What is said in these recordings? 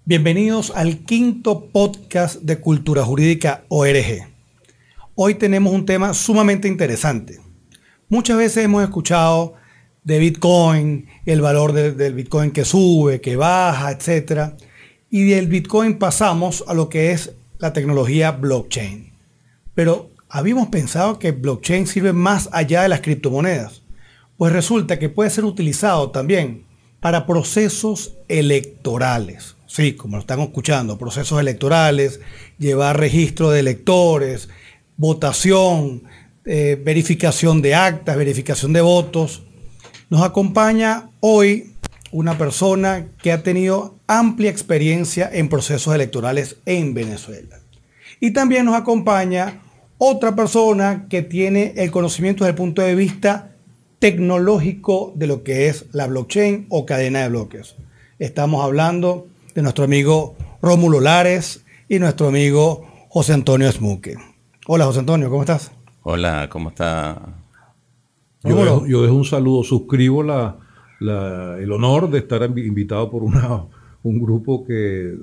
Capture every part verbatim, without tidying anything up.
Bienvenidos al quinto podcast de Cultura Jurídica O R G. Hoy tenemos un tema sumamente interesante. Muchas veces hemos escuchado de Bitcoin, el valor de, del Bitcoin que sube, que baja, etcétera. Y del Bitcoin pasamos a lo que es la tecnología blockchain. Pero habíamos pensado que blockchain sirve más allá de las criptomonedas. Pues resulta que puede ser utilizado también para procesos electorales. Sí, como lo están escuchando, procesos electorales, llevar registro de electores, votación, eh, verificación de actas, verificación de votos. Nos acompaña hoy una persona que ha tenido amplia experiencia en procesos electorales en Venezuela. Y también nos acompaña otra persona que tiene el conocimiento desde el punto de vista tecnológico de lo que es la blockchain o cadena de bloques. Estamos hablando de nuestro amigo Rómulo Lares y nuestro amigo José Antonio Smuque. Hola José Antonio, ¿cómo estás? Hola, ¿cómo está? Yo dejo, yo dejo un saludo, suscribo la, la, el honor de estar invitado por una, un grupo que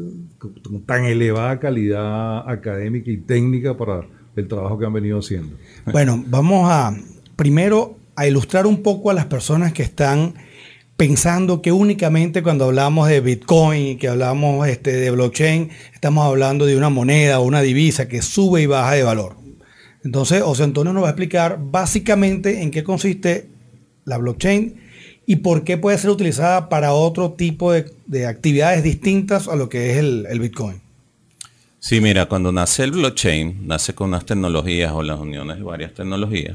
con tan elevada calidad académica y técnica para el trabajo que han venido haciendo. Bueno, vamos a primero a ilustrar un poco a las personas que están pensando que únicamente cuando hablamos de Bitcoin y que hablamos este, de blockchain, estamos hablando de una moneda o una divisa que sube y baja de valor. Entonces, José Antonio nos va a explicar básicamente en qué consiste la blockchain y por qué puede ser utilizada para otro tipo de, de actividades distintas a lo que es el, el Bitcoin. Sí, mira, cuando nace el blockchain, nace con unas tecnologías o las uniones de varias tecnologías.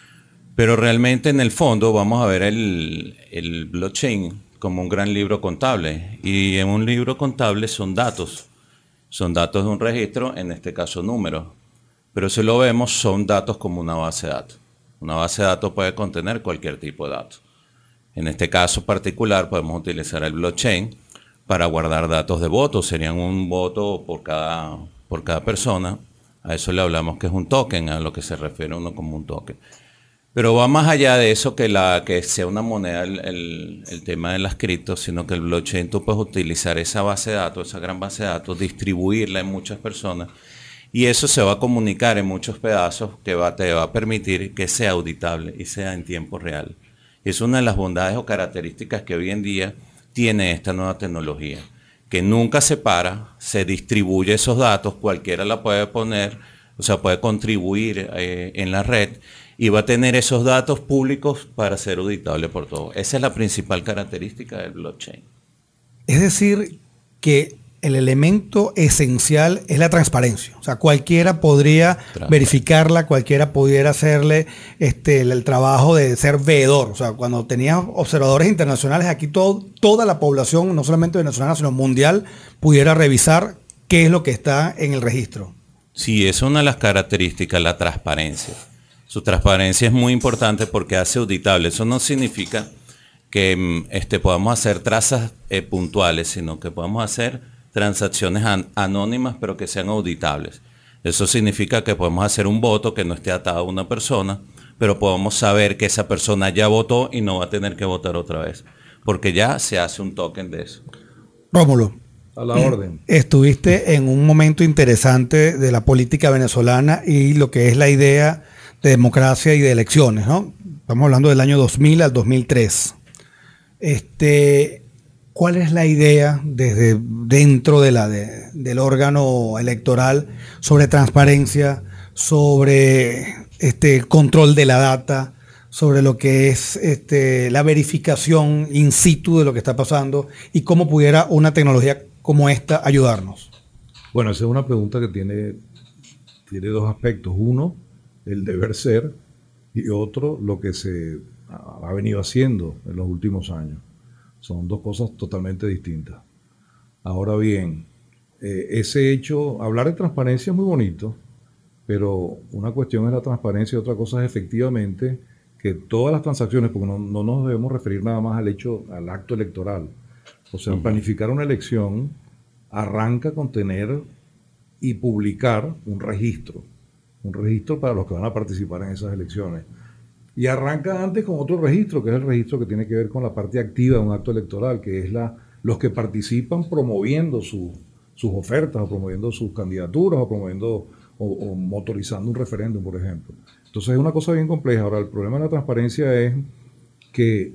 Pero realmente en el fondo vamos a ver el, el blockchain como un gran libro contable. Y en un libro contable son datos. Son datos de un registro, en este caso números. Pero si lo vemos, son datos como una base de datos. Una base de datos puede contener cualquier tipo de datos. En este caso particular podemos utilizar el blockchain para guardar datos de votos. Serían un voto por cada, por cada persona. A eso le hablamos que es un token, a lo que se refiere uno como un token. Pero va más allá de eso que, la, que sea una moneda el, el, el tema de las criptos, sino que el blockchain tú puedes utilizar esa base de datos, esa gran base de datos, distribuirla en muchas personas y eso se va a comunicar en muchos pedazos que va, te va a permitir que sea auditable y sea en tiempo real. Es una de las bondades o características que hoy en día tiene esta nueva tecnología, que nunca se para, se distribuye esos datos, cualquiera la puede poner, o sea, puede contribuir eh, en la red y va a tener esos datos públicos para ser auditable por todos. Esa es la principal característica del blockchain. Es decir, que el elemento esencial es la transparencia. O sea, cualquiera podría verificarla, cualquiera pudiera hacerle este, el, el trabajo de ser veedor. O sea, cuando tenías observadores internacionales, aquí todo, toda la población, no solamente venezolana, sino mundial, pudiera revisar qué es lo que está en el registro. Sí, es una de las características, la transparencia. Su transparencia es muy importante porque hace auditable. Eso no significa que este, podamos hacer trazas eh, puntuales, sino que podamos hacer transacciones an- anónimas, pero que sean auditables. Eso significa que podemos hacer un voto que no esté atado a una persona, pero podemos saber que esa persona ya votó y no va a tener que votar otra vez, porque ya se hace un token de eso. Rómulo. A la orden. Estuviste en un momento interesante de la política venezolana y lo que es la idea de democracia y de elecciones, ¿no? Estamos hablando del año dos mil al dos mil tres. Este, ¿cuál es la idea desde dentro de la, de, del órgano electoral sobre transparencia, sobre este control de la data, sobre lo que es este, la verificación in situ de lo que está pasando y cómo pudiera una tecnología como esta ayudarnos? Bueno, esa es una pregunta que tiene, tiene dos aspectos. Uno, el deber ser, y otro, lo que se ha venido haciendo en los últimos años. Son dos cosas totalmente distintas. Ahora bien, eh, ese hecho, hablar de transparencia es muy bonito, pero una cuestión es la transparencia y otra cosa es efectivamente que todas las transacciones, porque no, no nos debemos referir nada más al hecho, al acto electoral. O sea, uh-huh. planificar una elección arranca con tener y publicar un registro. Un registro para los que van a participar en esas elecciones. Y arranca antes con otro registro, que es el registro que tiene que ver con la parte activa de un acto electoral, que es la los que participan promoviendo su, sus ofertas, o promoviendo sus candidaturas, o promoviendo o, o motorizando un referéndum, por ejemplo. Entonces es una cosa bien compleja. Ahora, el problema de la transparencia es que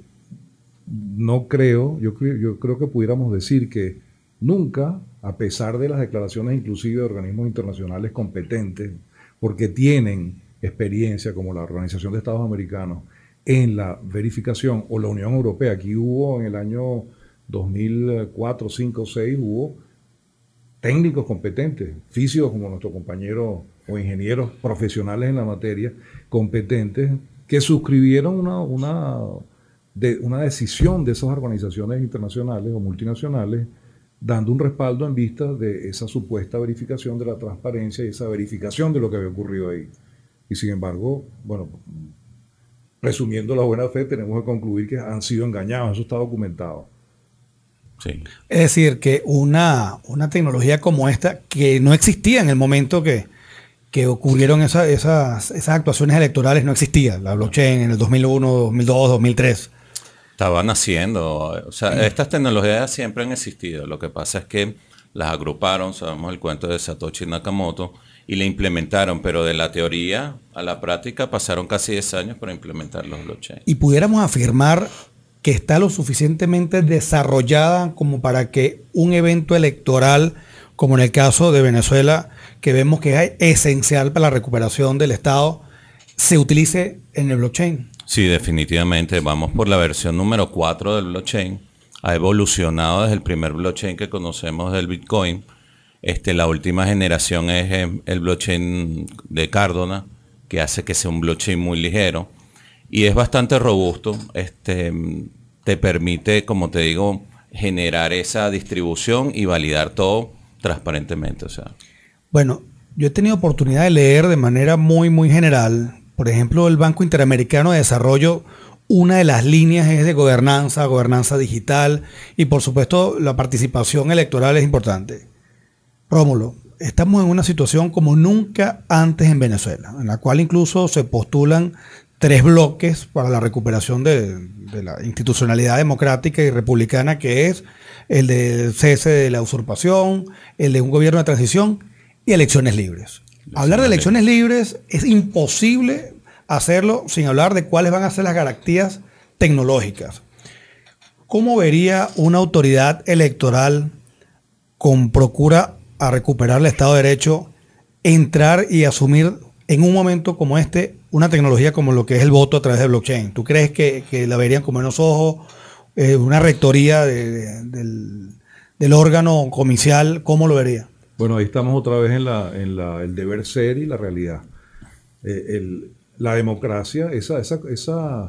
no creo, yo, yo creo que pudiéramos decir que nunca, a pesar de las declaraciones inclusive de organismos internacionales competentes, porque tienen experiencia como la Organización de Estados Americanos en la verificación, o la Unión Europea, aquí hubo en el año dos mil cuatro, cinco, seis, hubo técnicos competentes, físicos como nuestro compañero o ingenieros profesionales en la materia, competentes, que suscribieron una, una, de, una decisión de esas organizaciones internacionales o multinacionales, dando un respaldo en vista de esa supuesta verificación de la transparencia y esa verificación de lo que había ocurrido ahí. Y sin embargo, bueno, resumiendo la buena fe, tenemos que concluir que han sido engañados, eso está documentado. Sí. Es decir, que una, una tecnología como esta, que no existía en el momento que, que ocurrieron esa, esas, esas actuaciones electorales, no existía. La blockchain en el dos mil uno, dos mil dos, dos mil tres. Estaban haciendo, o sea, sí. Estas tecnologías siempre han existido. Lo que pasa es que las agruparon, sabemos el cuento de Satoshi Nakamoto, y la implementaron, pero de la teoría a la práctica pasaron casi diez años para implementar los blockchain. Y pudiéramos afirmar que está lo suficientemente desarrollada como para que un evento electoral, como en el caso de Venezuela, que vemos que es esencial para la recuperación del Estado, se utilice en el blockchain. Sí, definitivamente. Vamos por la versión número cuatro del blockchain. Ha evolucionado desde el primer blockchain que conocemos del Bitcoin. Este, la última generación es el blockchain de Cardano, que hace que sea un blockchain muy ligero. Y es bastante robusto, este, te permite, como te digo, generar esa distribución y validar todo transparentemente. O sea. Bueno, yo he tenido oportunidad de leer de manera muy, muy general. Por ejemplo, el Banco Interamericano de Desarrollo, una de las líneas es de gobernanza, gobernanza digital, y por supuesto la participación electoral es importante. Rómulo, estamos en una situación como nunca antes en Venezuela, en la cual incluso se postulan tres bloques para la recuperación de, de la institucionalidad democrática y republicana, que es el del cese de la usurpación, el de un gobierno de transición y elecciones libres. Hablar de elecciones libres es imposible hacerlo sin hablar de cuáles van a ser las garantías tecnológicas. ¿Cómo vería una autoridad electoral con procura a recuperar el Estado de Derecho entrar y asumir en un momento como este una tecnología como lo que es el voto a través de blockchain? ¿Tú crees que, que la verían con buenos ojos? Eh, una rectoría de, de, del, del órgano comicial, ¿cómo lo vería? Bueno, ahí estamos otra vez en, la, en la, el deber ser y la realidad. Eh, el, la democracia, esa, esa, esa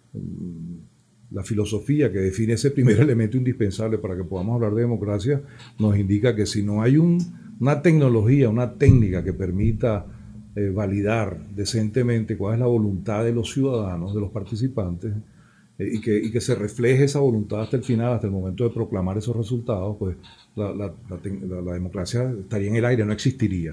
la filosofía que define ese primer elemento indispensable para que podamos hablar de democracia, nos indica que si no hay un, una tecnología, una técnica que permita eh, validar decentemente cuál es la voluntad de los ciudadanos, de los participantes, eh, y, que, y que se refleje esa voluntad hasta el final, hasta el momento de proclamar esos resultados, pues la, la, la, la democracia estaría en el aire, no existiría.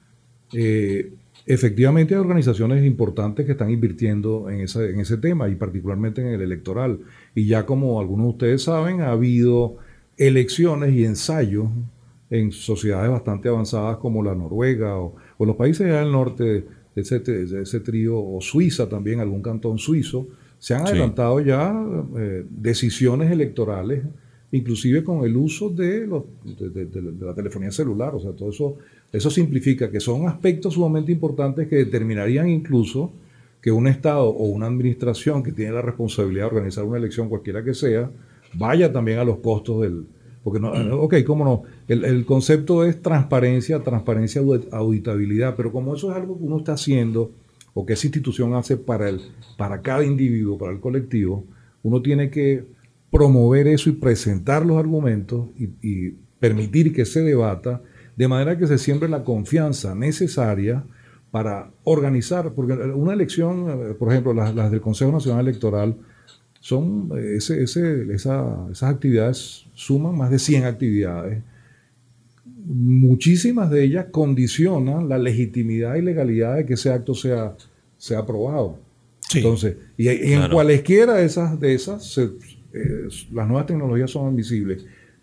Eh, Efectivamente hay organizaciones importantes que están invirtiendo en, esa, en ese tema y particularmente en el electoral. Y ya como algunos de ustedes saben, ha habido elecciones y ensayos en sociedades bastante avanzadas como la Noruega o, o los países allá del norte de ese, de ese trío, o Suiza también, algún cantón suizo. Se han adelantado sí. ya eh, decisiones electorales, inclusive con el uso de, los, de, de, de, de la telefonía celular. O sea, todo eso... Eso simplifica que son aspectos sumamente importantes que determinarían incluso que un Estado o una administración que tiene la responsabilidad de organizar una elección, cualquiera que sea, vaya también a los costos del... Porque no, ok, cómo no, el, el concepto es transparencia, transparencia, auditabilidad, pero como eso es algo que uno está haciendo o que esa institución hace para, el, para cada individuo, para el colectivo, uno tiene que promover eso y presentar los argumentos y, y permitir que se debata, de manera que se siembre la confianza necesaria para organizar, porque una elección, por ejemplo, las, las del Consejo Nacional Electoral, son ese, ese, esa, esas actividades suman más de cien actividades. Muchísimas de ellas condicionan la legitimidad y legalidad de que ese acto sea, sea aprobado. Sí. Entonces, y, y en claro. cualesquiera de esas, de esas se, eh, las nuevas tecnologías son admisibles.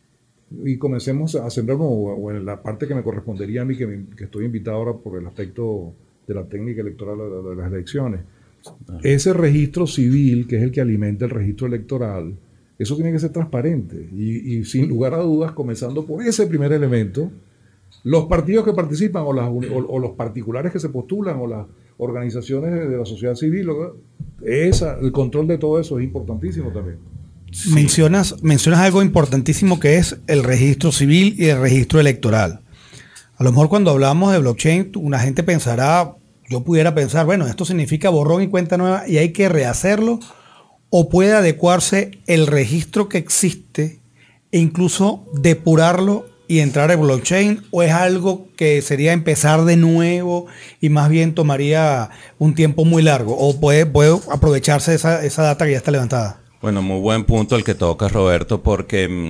y comencemos a sembrar, o, o en la parte que me correspondería a mí, que, me, que estoy invitado ahora por el aspecto de la técnica electoral de, de las elecciones. Ah. Ese registro civil, que es el que alimenta el registro electoral, eso tiene que ser transparente y, y sin lugar a dudas, comenzando por ese primer elemento, los partidos que participan o, las, o, o los particulares que se postulan o las organizaciones de, de la sociedad civil, esa, el control de todo eso es importantísimo también. Sí. Mencionas, mencionas algo importantísimo que es el registro civil y el registro electoral. A lo mejor cuando hablamos de blockchain, una gente pensará, yo pudiera pensar, bueno, esto significa borrón y cuenta nueva y hay que rehacerlo, o puede adecuarse el registro que existe e incluso depurarlo y entrar en blockchain, o es algo que sería empezar de nuevo y más bien tomaría un tiempo muy largo, o puede, puede aprovecharse esa, esa data que ya está levantada. Bueno, muy buen punto el que tocas, Roberto, porque mmm,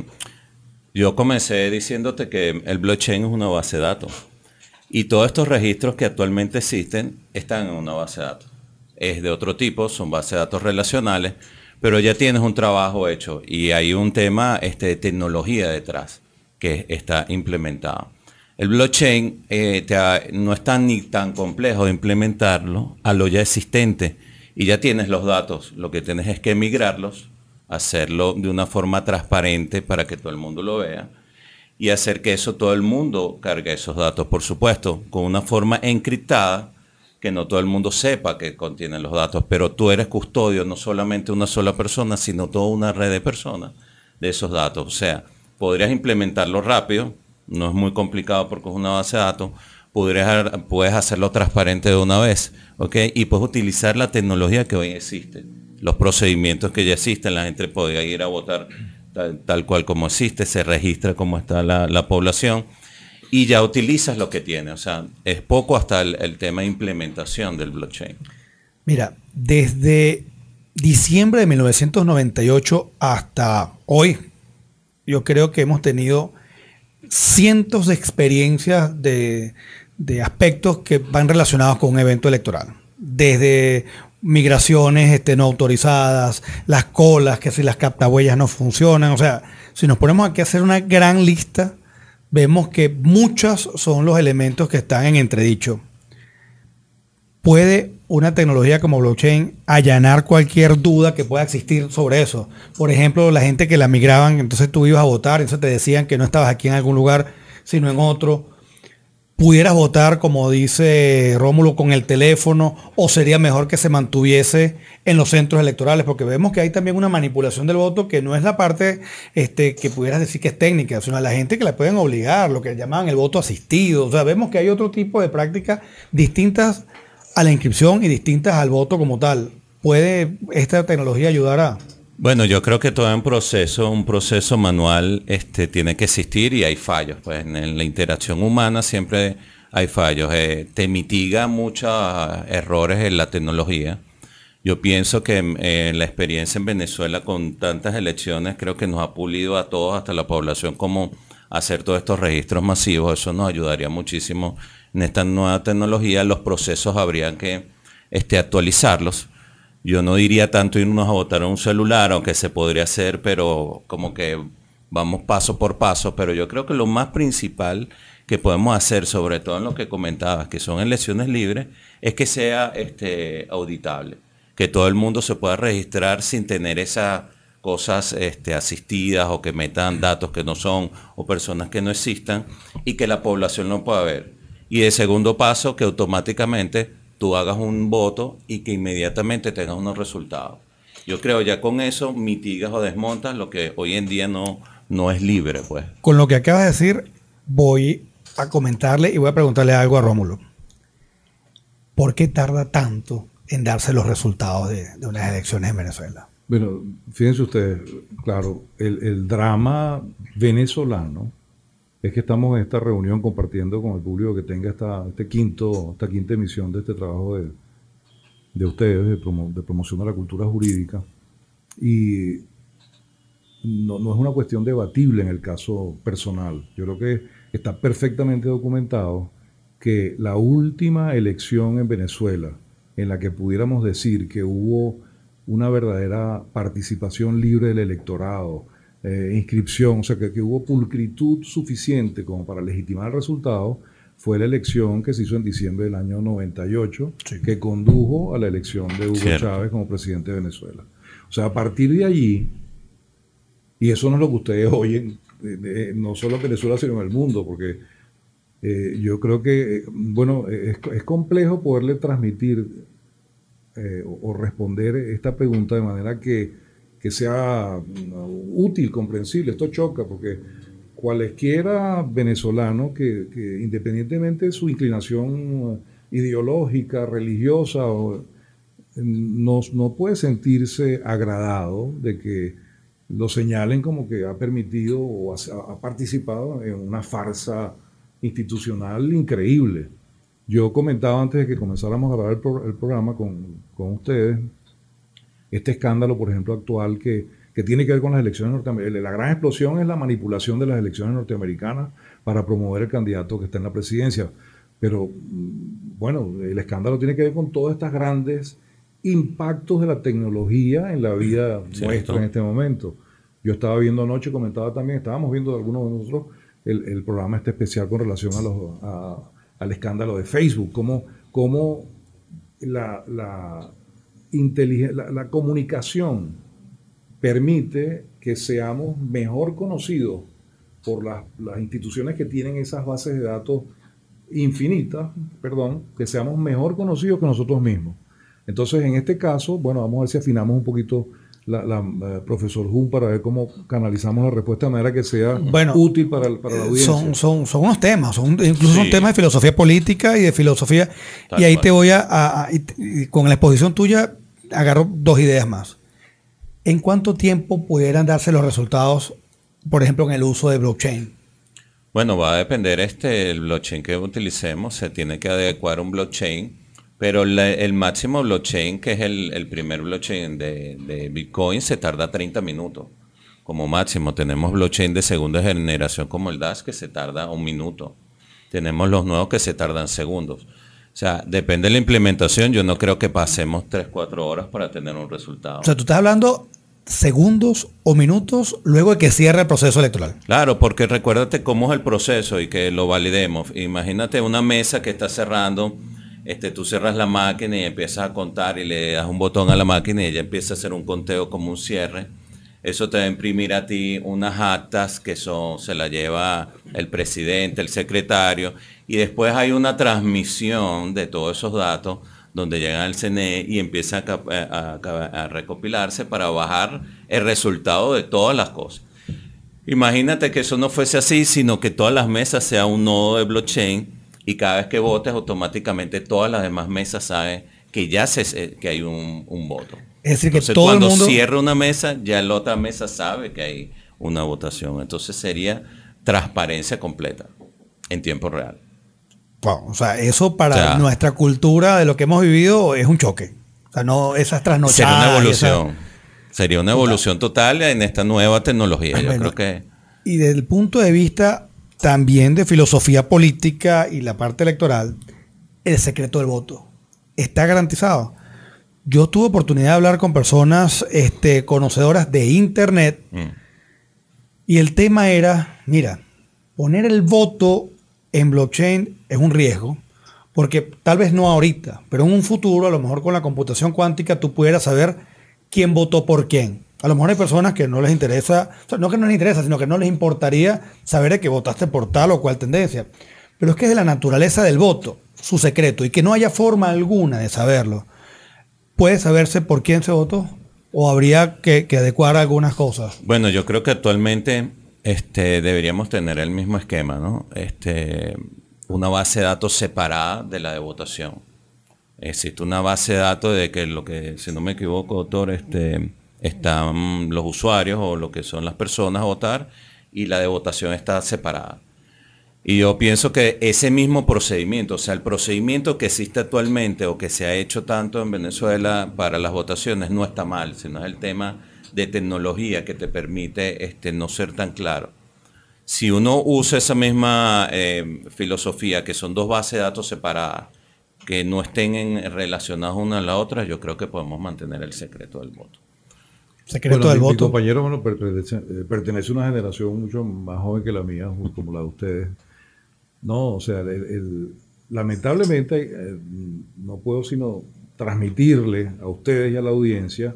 yo comencé diciéndote que el blockchain es una base de datos y todos estos registros que actualmente existen están en una base de datos. Es de otro tipo, son bases de datos relacionales, pero ya tienes un trabajo hecho y hay un tema este, de tecnología detrás que está implementado. El blockchain eh, te ha, no es tan, ni tan complejo de implementarlo a lo ya existente y ya tienes los datos. Lo que tienes es que migrarlos, hacerlo de una forma transparente para que todo el mundo lo vea y hacer que eso todo el mundo cargue esos datos, por supuesto, con una forma encriptada que no todo el mundo sepa que contienen los datos, pero tú eres custodio, no solamente una sola persona, sino toda una red de personas de esos datos. O sea, podrías implementarlo rápido, no es muy complicado porque es una base de datos, podrías, puedes hacerlo transparente de una vez, ¿ok? Y puedes utilizar la tecnología que hoy existe, los procedimientos que ya existen, la gente podría ir a votar tal, tal cual como existe, se registra cómo está la, la población y ya utilizas lo que tiene. O sea, es poco hasta el, el tema de implementación del blockchain. Mira, desde diciembre de mil novecientos noventa y ocho hasta hoy, yo creo que hemos tenido cientos de experiencias de, de aspectos que van relacionados con un evento electoral. Desde migraciones este, no autorizadas, las colas, que si las captahuellas no funcionan. O sea, si nos ponemos aquí a hacer una gran lista, vemos que muchos son los elementos que están en entredicho. ¿Puede una tecnología como blockchain allanar cualquier duda que pueda existir sobre eso? Por ejemplo, la gente que la migraban, entonces tú ibas a votar, entonces te decían que no estabas aquí en algún lugar, sino en otro. ¿Pudieras votar, como dice Rómulo, con el teléfono, o sería mejor que se mantuviese en los centros electorales? Porque vemos que hay también una manipulación del voto que no es la parte este, que pudieras decir que es técnica, sino a la gente que la pueden obligar, lo que llamaban el voto asistido. O sea, vemos que hay otro tipo de prácticas distintas a la inscripción y distintas al voto como tal. ¿Puede esta tecnología ayudar a...? Bueno, yo creo que todo un proceso, un proceso manual este, tiene que existir y hay fallos. Pues en la interacción humana siempre hay fallos. Eh, te mitiga muchos errores en la tecnología. Yo pienso que eh, la experiencia en Venezuela con tantas elecciones creo que nos ha pulido a todos, hasta la población, cómo hacer todos estos registros masivos. Eso nos ayudaría muchísimo en esta nueva tecnología. Los procesos habrían que este, actualizarlos. Yo no diría tanto irnos a votar en un celular, aunque se podría hacer, pero como que vamos paso por paso. Pero yo creo que lo más principal que podemos hacer, sobre todo en lo que comentabas, que son elecciones libres, es que sea este, auditable. Que todo el mundo se pueda registrar sin tener esas cosas este, asistidas o que metan datos que no son o personas que no existan y que la población no pueda ver. Y de segundo paso, que automáticamente tú hagas un voto y que inmediatamente tengas unos resultados. Yo creo ya con eso mitigas o desmontas lo que hoy en día no, no es libre, pues. Con lo que acabas de decir, voy a comentarle y voy a preguntarle algo a Rómulo. ¿Por qué tarda tanto en darse los resultados de, de unas elecciones en Venezuela? Bueno, fíjense ustedes, claro, el, el drama venezolano es que estamos en esta reunión compartiendo con el público que tenga esta, este quinto, esta quinta emisión de este trabajo de, de ustedes, de, promo, de promoción de la cultura jurídica. Y no, no es una cuestión debatible en el caso personal. Yo creo que está perfectamente documentado que la última elección en Venezuela en la que pudiéramos decir que hubo una verdadera participación libre del electorado, eh, inscripción, o sea, que, que hubo pulcritud suficiente como para legitimar el resultado, fue la elección que se hizo en diciembre del año noventa y ocho, sí, que condujo a la elección de Hugo Cierto. Chávez como presidente de Venezuela. O sea, a partir de allí, y eso no es lo que ustedes oyen, de, de, no solo en Venezuela, sino en el mundo, porque eh, yo creo que, bueno, es, es complejo poderle transmitir eh, o, o responder esta pregunta de manera que, que sea útil, comprensible. Esto choca, porque cualesquiera venezolano que, que independientemente de su inclinación ideológica, religiosa, o, no, no puede sentirse agradado de que lo señalen como que ha permitido o ha, ha participado en una farsa institucional increíble. Yo comentaba antes de que comenzáramos a grabar el, pro, el programa con, con ustedes este escándalo, por ejemplo, actual que, que tiene que ver con las elecciones norteamericanas. La gran explosión es la manipulación de las elecciones norteamericanas para promover el candidato que está en la presidencia. Pero, bueno, el escándalo tiene que ver con todas estas grandes impactos de la tecnología en la vida ¿Cierto? Nuestra en este momento. Yo estaba viendo anoche, comentaba también, estábamos viendo algunos de nosotros el, el programa este especial con relación a los, a, al escándalo de Facebook, cómo, cómo la, la, la, la comunicación permite que seamos mejor conocidos por las, las instituciones que tienen esas bases de datos infinitas, perdón, que seamos mejor conocidos que nosotros mismos. Entonces, en este caso, bueno, vamos a ver si afinamos un poquito la, la, la profesor Jun para ver cómo canalizamos la respuesta de manera que sea bueno, útil para, para la audiencia. Son, son, son unos temas, son, incluso sí. son temas de filosofía política y de filosofía. Tal y ahí cual. Te voy a, a, a y, y con la exposición tuya, agarro dos ideas más. ¿En cuánto tiempo pudieran darse los resultados, por ejemplo, en el uso de blockchain? Bueno, va a depender este el blockchain que utilicemos. Se tiene que adecuar un blockchain. Pero la, el máximo blockchain, que es el, el primer blockchain de, de Bitcoin, se tarda treinta minutos. Como máximo. Tenemos blockchain de segunda generación como el Dash, que se tarda un minuto. Tenemos los nuevos que se tardan segundos. O sea, depende de la implementación. Yo no creo que pasemos tres, cuatro horas para tener un resultado. O sea, tú estás hablando segundos o minutos luego de que cierre el proceso electoral. Claro, porque recuérdate cómo es el proceso y que lo validemos. Imagínate una mesa que está cerrando. Este, tú cierras la máquina y empiezas a contar y le das un botón a la máquina y ella empieza a hacer un conteo como un cierre. Eso te va a imprimir a ti unas actas que son, se las lleva el presidente, el secretario, y después hay una transmisión de todos esos datos donde llegan al C N E y empieza a, a, a, a recopilarse para bajar el resultado de todas las cosas. Imagínate que eso no fuese así, sino que todas las mesas sean un nodo de blockchain. Y cada vez que votes, automáticamente todas las demás mesas saben que ya se, que hay un, un voto. Es decir, que Entonces, todo cuando el mundo cierra una mesa, ya la otra mesa sabe que hay una votación. Entonces sería transparencia completa en tiempo real. Wow, o sea, eso para o sea, nuestra cultura de lo que hemos vivido es un choque. O sea, no esas trasnochadas. Sería una evolución. Esa... Sería una evolución total en esta nueva tecnología. Yo bueno, creo que... Y desde el punto de vista también de filosofía política y la parte electoral, el secreto del voto está garantizado. Yo tuve oportunidad de hablar con personas este, conocedoras de Internet mm. y el tema era, mira, poner el voto en blockchain es un riesgo, porque tal vez no ahorita, pero en un futuro, a lo mejor con la computación cuántica, tú pudieras saber quién votó por quién. A lo mejor hay personas que no les interesa, o sea, no que no les interesa, sino que no les importaría saber de que votaste por tal o cual tendencia. Pero es que es de la naturaleza del voto, su secreto, y que no haya forma alguna de saberlo. ¿Puede saberse por quién se votó? ¿O habría que, que adecuar algunas cosas? Bueno, yo creo que actualmente este, deberíamos tener el mismo esquema, ¿no? Este, una base de datos separada de la de votación. Existe una base de datos de que lo que, si no me equivoco, doctor, este... están los usuarios o lo que son las personas a votar y la de votación está separada. Y yo pienso que ese mismo procedimiento, o sea, el procedimiento que existe actualmente o que se ha hecho tanto en Venezuela para las votaciones no está mal, sino es el tema de tecnología que te permite este, no ser tan claro. Si uno usa esa misma eh, filosofía, que son dos bases de datos separadas, que no estén en, relacionadas una a la otra, yo creo que podemos mantener el secreto del voto. secreto bueno, del mi, voto. Mi compañero bueno, pertenece, pertenece a una generación mucho más joven que la mía, como la de ustedes. No, o sea, el, el, lamentablemente eh, no puedo sino transmitirle a ustedes y a la audiencia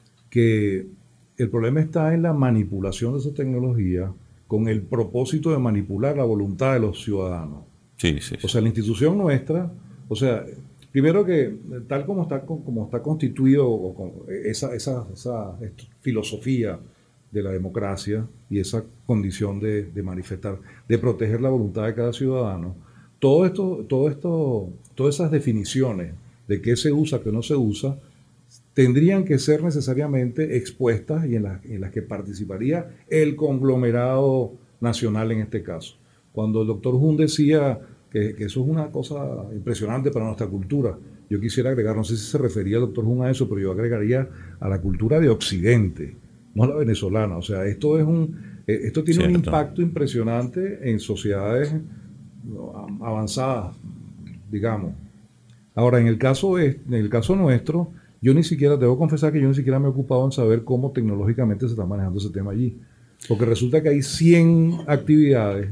que el problema está en la manipulación de esa tecnología con el propósito de manipular la voluntad de los ciudadanos. Sí, sí, sí. O sea, la institución nuestra, o sea, primero que tal como está, como está constituido o con esa, esa, esa filosofía de la democracia y esa condición de, de manifestar, de proteger la voluntad de cada ciudadano, todo esto, todo esto, todas esas definiciones de qué se usa, qué no se usa, tendrían que ser necesariamente expuestas y en las, en las que participaría el conglomerado nacional en este caso. Cuando el doctor Jun decía que, que eso es una cosa impresionante para nuestra cultura, yo quisiera agregar, no sé si se refería el doctor Jun a eso, pero yo agregaría a la cultura de Occidente, no la venezolana. O sea, esto es un, esto tiene Cierto. un impacto impresionante en sociedades avanzadas, digamos. Ahora, en el caso, en el caso nuestro, yo ni siquiera, debo confesar que yo ni siquiera me he ocupado en saber cómo tecnológicamente se está manejando ese tema allí. Porque resulta que hay cien actividades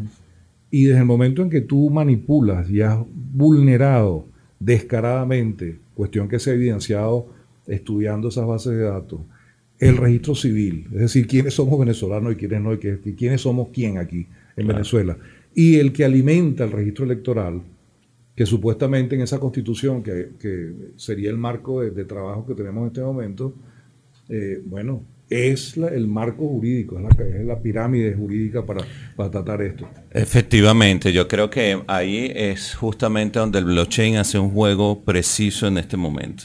y desde el momento en que tú manipulas y has vulnerado descaradamente, cuestión que se ha evidenciado estudiando esas bases de datos, el registro civil, es decir, quiénes somos venezolanos y quiénes no, y que, que quiénes somos quién aquí en claro. Venezuela, y el que alimenta el registro electoral, que supuestamente en esa constitución, que, que sería el marco de, de trabajo que tenemos en este momento, eh, bueno, es la, el marco jurídico, es la, es la pirámide jurídica para, para tratar esto. Efectivamente, yo creo que ahí es justamente donde el blockchain hace un juego preciso en este momento.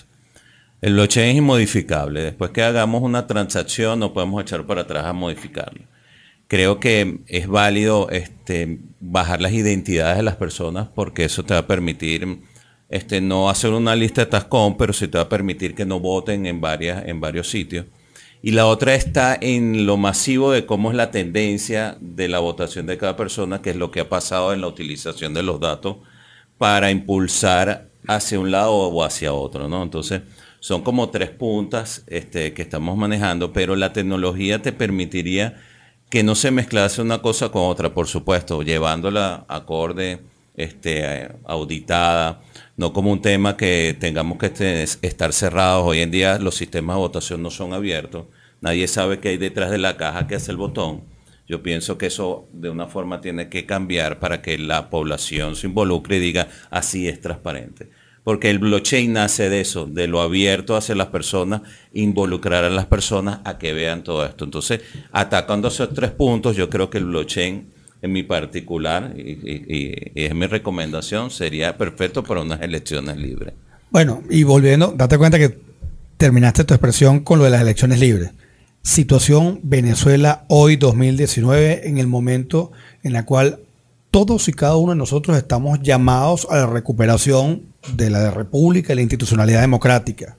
El blockchain es inmodificable. Después que hagamos una transacción, no podemos echar para atrás a modificarlo. Creo que es válido este, bajar las identidades de las personas porque eso te va a permitir este, no hacer una lista de tascón, pero sí te va a permitir que no voten en, varias, en varios sitios. Y la otra está en lo masivo de cómo es la tendencia de la votación de cada persona, que es lo que ha pasado en la utilización de los datos para impulsar hacia un lado o hacia otro, ¿no? Entonces, son como tres puntas este, que estamos manejando, pero la tecnología te permitiría que no se mezclase una cosa con otra, por supuesto, llevándola acorde, este, auditada, no como un tema que tengamos que este, estar cerrados. Hoy en día los sistemas de votación no son abiertos, nadie sabe qué hay detrás de la caja que hace el botón. Yo pienso que eso de una forma tiene que cambiar para que la población se involucre y diga así es transparente. Porque el blockchain nace de eso, de lo abierto hacia las personas, involucrar a las personas a que vean todo esto. Entonces, atacando esos tres puntos, yo creo que el blockchain, en mi particular, y, y, y es mi recomendación, sería perfecto para unas elecciones libres. Bueno, y volviendo, date cuenta que terminaste tu expresión con lo de las elecciones libres. Situación Venezuela hoy, dos mil diecinueve, en el momento en la cual todos y cada uno de nosotros estamos llamados a la recuperación de la república y la institucionalidad democrática.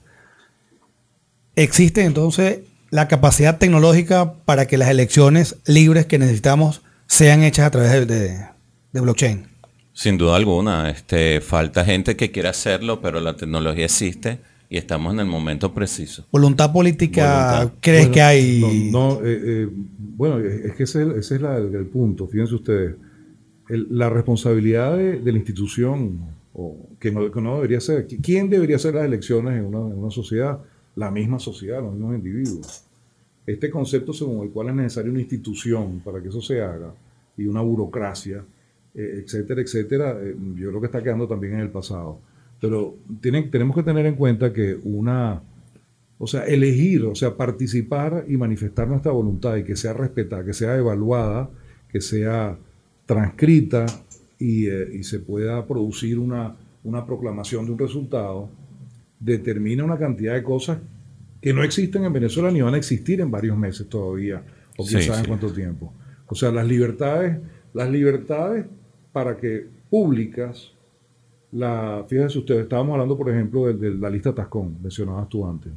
¿Existe entonces la capacidad tecnológica para que las elecciones libres que necesitamos sean hechas a través de, de, de blockchain? Sin duda alguna. Este, falta gente que quiera hacerlo, pero la tecnología existe y estamos en el momento preciso. ¿Voluntad política Voluntad. crees bueno, que hay? No, no eh, eh, bueno, es que ese, ese es la, el, el punto. Fíjense ustedes. El, la responsabilidad de, de la institución, o que no, que no debería ser, ¿quién debería hacer las elecciones en una, en una sociedad? La misma sociedad, los mismos individuos. Este concepto según el cual es necesaria una institución para que eso se haga, y una burocracia, eh, etcétera, etcétera, eh, yo creo que está quedando también en el pasado. Pero tienen, tenemos que tener en cuenta que una, o sea, elegir, o sea, participar y manifestar nuestra voluntad y que sea respetada, que sea evaluada, que sea transcrita y, eh, y se pueda producir una, una proclamación de un resultado, determina una cantidad de cosas que no existen en Venezuela ni van a existir en varios meses todavía, o quién sí, sabe sí. en cuánto tiempo. O sea, las libertades, las libertades para que públicas, la, fíjense ustedes, estábamos hablando, por ejemplo, de, de la lista Tascón, mencionabas tú antes.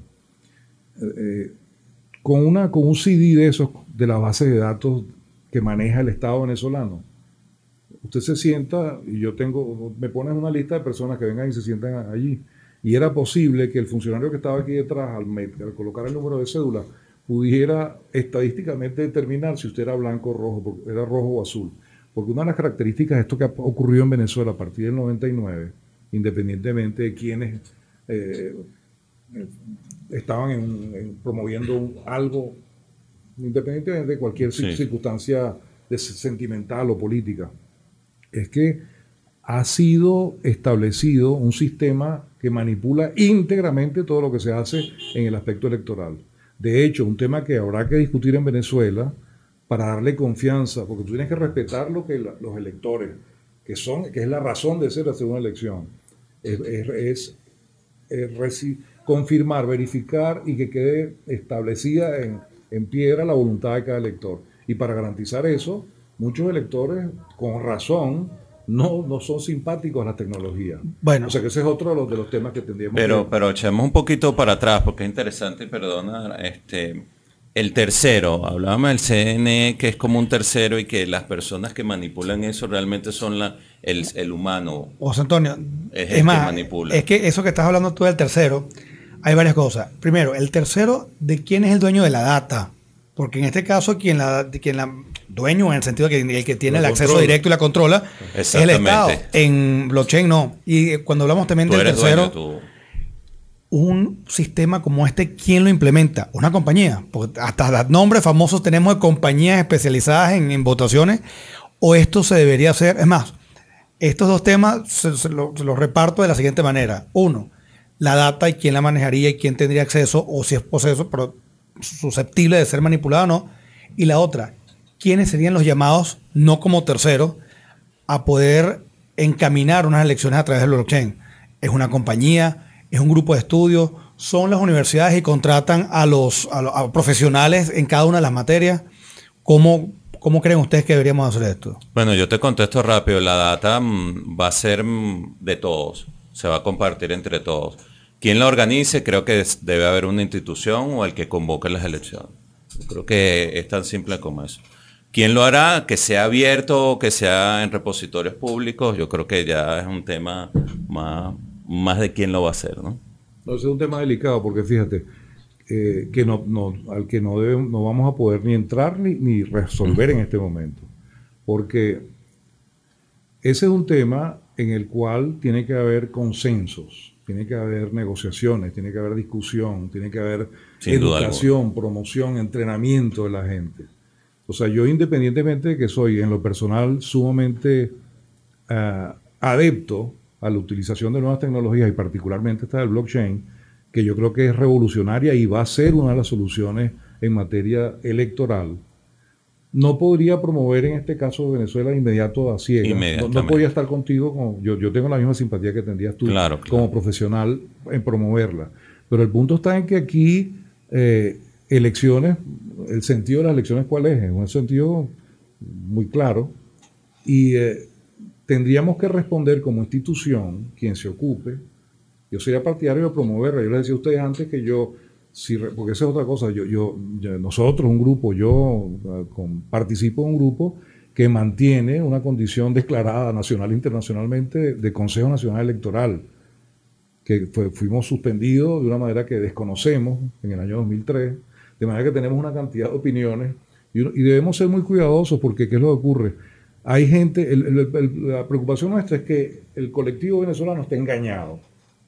Eh, con, una, con un C D de esos, de la base de datos que maneja el Estado venezolano, usted se sienta y yo tengo, me ponen una lista de personas que vengan y se sientan allí. Y era posible que el funcionario que estaba aquí detrás, al, met, al colocar el número de cédula, pudiera estadísticamente determinar si usted era blanco o rojo, era rojo o azul. Porque una de las características de esto que ha ocurrido en Venezuela a partir del noventa y nueve, independientemente de quienes eh, estaban en, en promoviendo un, algo, independientemente de cualquier sí. circunstancia de, sentimental o política, es que ha sido establecido un sistema que manipula íntegramente todo lo que se hace en el aspecto electoral. De hecho, un tema que habrá que discutir en Venezuela para darle confianza, porque tú tienes que respetar lo que la, los electores, que son, que es la razón de ser hacer una elección, es, es, es, es reci, confirmar, verificar y que quede establecida en, en piedra la voluntad de cada elector. Y para garantizar eso, muchos electores, con razón, no, no son simpáticos a la tecnología. Bueno, o sea que ese es otro de los, de los temas que tendríamos pero, que... Pero echemos un poquito para atrás, porque es interesante, perdona, este, el tercero, hablábamos del C N E, que es como un tercero y que las personas que manipulan eso realmente son la, el, el humano. José Antonio, es, es el más, que manipula. Es que eso que estás hablando tú del tercero, hay varias cosas. Primero, el tercero, ¿de quién es el dueño de la data? Porque en este caso, quien la, quien la dueño, en el sentido de que el que tiene el acceso controla. directo y la controla, es el Estado. En blockchain no. Y cuando hablamos también tú del tercero, dueño, un sistema como este, ¿quién lo implementa? Una compañía. Porque hasta nombres famosos tenemos de compañías especializadas en, en votaciones. O esto se debería hacer. Es más, estos dos temas se, se los lo reparto de la siguiente manera. Uno, la data y quién la manejaría y quién tendría acceso, o si es proceso, pero susceptible de ser manipulado o no. Y la otra, ¿quiénes serían los llamados, no como terceros, a poder encaminar unas elecciones a través del blockchain? ¿Es una compañía? ¿Es un grupo de estudios? ¿Son las universidades y contratan a los, a los a profesionales en cada una de las materias? ¿Cómo, ¿Cómo creen ustedes que deberíamos hacer esto? Bueno, yo te contesto rápido. La data mmm, va a ser mmm, de todos. Se va a compartir entre todos. Quien la organice, creo que debe haber una institución o el que convoque las elecciones. Yo creo que es tan simple como eso. ¿Quién lo hará? Que sea abierto, que sea en repositorios públicos. Yo creo que ya es un tema más, más de quién lo va a hacer, ¿no? No, ese es un tema delicado porque fíjate, eh, que no, no, al que no, debe, no vamos a poder ni entrar ni, ni resolver en este momento. Porque ese es un tema en el cual tiene que haber consensos. Tiene que haber negociaciones, tiene que haber discusión, tiene que haber Sin educación, promoción, entrenamiento de la gente. O sea, yo independientemente de que soy en lo personal sumamente uh, adepto a la utilización de nuevas tecnologías y particularmente esta del blockchain, que yo creo que es revolucionaria y va a ser una de las soluciones en materia electoral, no podría promover en este caso de Venezuela inmediato a ciegas. No, no podría estar contigo, con, yo, yo tengo la misma simpatía que tendrías tú claro, claro. como profesional en promoverla. Pero el punto está en que aquí eh, elecciones, el sentido de las elecciones ¿cuál es? Es un sentido muy claro y eh, tendríamos que responder como institución, quien se ocupe. Yo sería partidario de promoverla. Yo les decía a ustedes antes que yo Sí, porque esa es otra cosa. Yo, yo, yo, nosotros, un grupo, yo con, participo en un grupo que mantiene una condición declarada nacional e internacionalmente de, de Consejo Nacional Electoral, que fue, fuimos suspendidos de una manera que desconocemos en el año dos mil tres, de manera que tenemos una cantidad de opiniones y, y debemos ser muy cuidadosos porque ¿qué es lo que ocurre? Hay gente, el, el, el, la preocupación nuestra es que el colectivo venezolano esté engañado,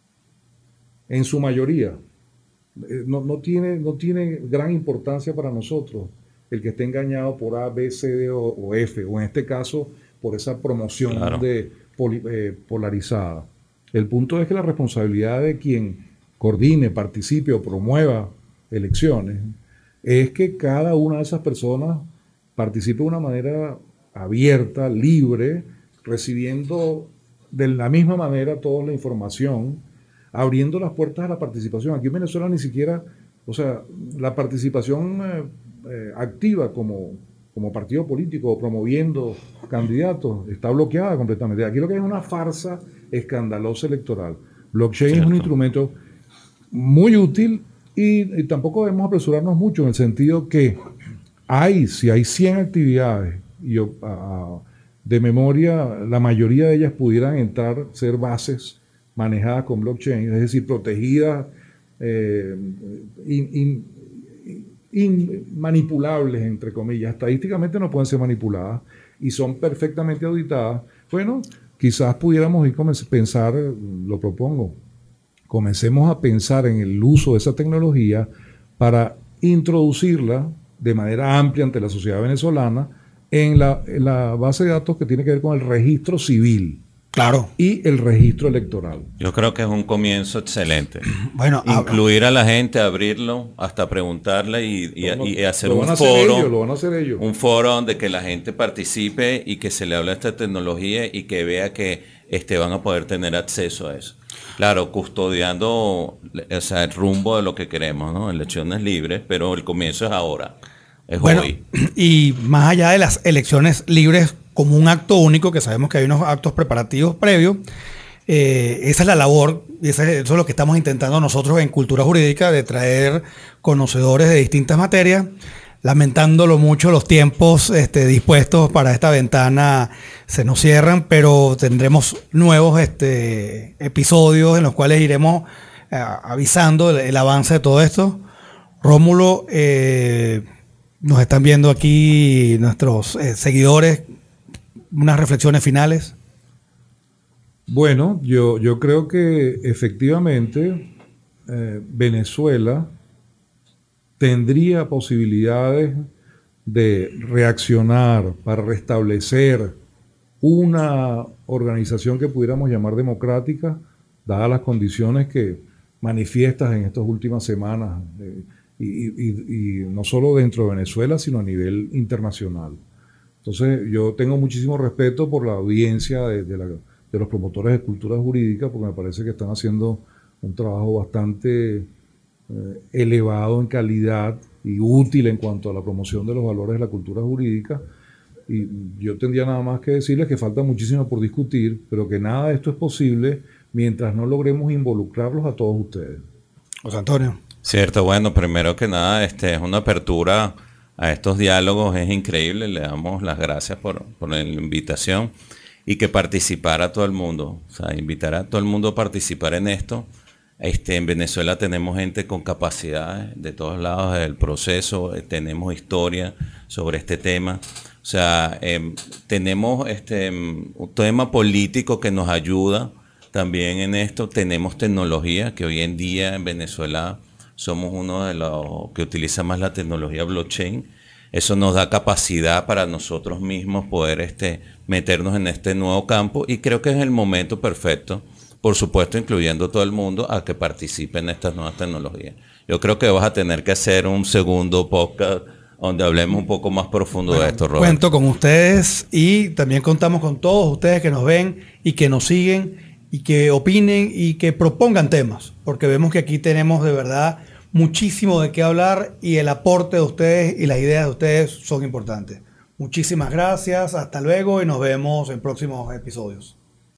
en su mayoría. No, no, tiene, no tiene gran importancia para nosotros el que esté engañado por A, B, C, D o, o F, o en este caso por esa promoción claro. de, poli, eh, polarizada. El punto es que la responsabilidad de quien coordine, participe o promueva elecciones es que cada una de esas personas participe de una manera abierta, libre, recibiendo de la misma manera toda la información, abriendo las puertas a la participación. Aquí en Venezuela ni siquiera, o sea, la participación eh, eh, activa como, como partido político o promoviendo candidatos está bloqueada completamente. Aquí lo que hay es una farsa escandalosa electoral. Blockchain Cierto. Es un instrumento muy útil y, y tampoco debemos apresurarnos mucho en el sentido que hay, si hay cien actividades y yo, uh, de memoria, la mayoría de ellas pudieran entrar, ser bases manejadas con blockchain, es decir, protegidas, eh, in, in, in- manipulables, entre comillas. Estadísticamente no pueden ser manipuladas y son perfectamente auditadas. Bueno, quizás pudiéramos ir a pensar, lo propongo, comencemos a pensar en el uso de esa tecnología para introducirla de manera amplia ante la sociedad venezolana en la, en la base de datos que tiene que ver con el registro civil. Claro. Y el registro electoral. Yo creo que es un comienzo excelente. Bueno, incluir a la gente, abrirlo, hasta preguntarle y, y, no, y hacer lo un van a hacer foro. ellos, lo van a hacer ellos. Un foro donde que la gente participe y que se le hable de esta tecnología y que vea que este, van a poder tener acceso a eso. Claro, custodiando, o sea, el rumbo de lo que queremos, ¿no? Elecciones libres, pero el comienzo es ahora. Es bueno, hoy. Y más allá de las elecciones libres como un acto único, que sabemos que hay unos actos preparativos previos, eh, esa es la labor, y eso es lo que estamos intentando nosotros en Cultura Jurídica, de traer conocedores de distintas materias. Lamentándolo mucho, los tiempos este, dispuestos para esta ventana se nos cierran, pero tendremos nuevos este, episodios en los cuales iremos eh, avisando el, el avance de todo esto. Rómulo, eh, nos están viendo aquí nuestros eh, seguidores, unas reflexiones finales. Bueno, yo, yo creo que efectivamente eh, Venezuela tendría posibilidades de reaccionar para restablecer una organización que pudiéramos llamar democrática, dadas las condiciones que manifiestas en estas últimas semanas, eh, y, y, y no solo dentro de Venezuela, sino a nivel internacional. Entonces, yo tengo muchísimo respeto por la audiencia de, de, la, de los promotores de cultura jurídica, porque me parece que están haciendo un trabajo bastante Eh, elevado en calidad y útil en cuanto a la promoción de los valores de la cultura jurídica. Y yo tendría nada más que decirles que falta muchísimo por discutir, pero que nada de esto es posible mientras no logremos involucrarlos a todos ustedes. José Antonio. Cierto, bueno, primero que nada, este es una apertura a estos diálogos, es increíble, le damos las gracias por, por la invitación y que participara todo el mundo, o sea, invitar a todo el mundo a participar en esto. Este, en Venezuela tenemos gente con capacidades de todos lados del proceso, eh, tenemos historia sobre este tema. O sea, eh, tenemos este, un tema político que nos ayuda también en esto. Tenemos tecnología, que hoy en día en Venezuela somos uno de los que utiliza más la tecnología blockchain. Eso nos da capacidad para nosotros mismos poder este, meternos en este nuevo campo y creo que es el momento perfecto, por supuesto, incluyendo todo el mundo, a que participe en estas nuevas tecnologías. Yo creo que vas a tener que hacer un segundo podcast donde hablemos un poco más profundo bueno, de esto, Roberto. Cuento con ustedes y también contamos con todos ustedes que nos ven y que nos siguen y que opinen y que propongan temas, porque vemos que aquí tenemos de verdad muchísimo de qué hablar y el aporte de ustedes y las ideas de ustedes son importantes. Muchísimas gracias, hasta luego y nos vemos en próximos episodios.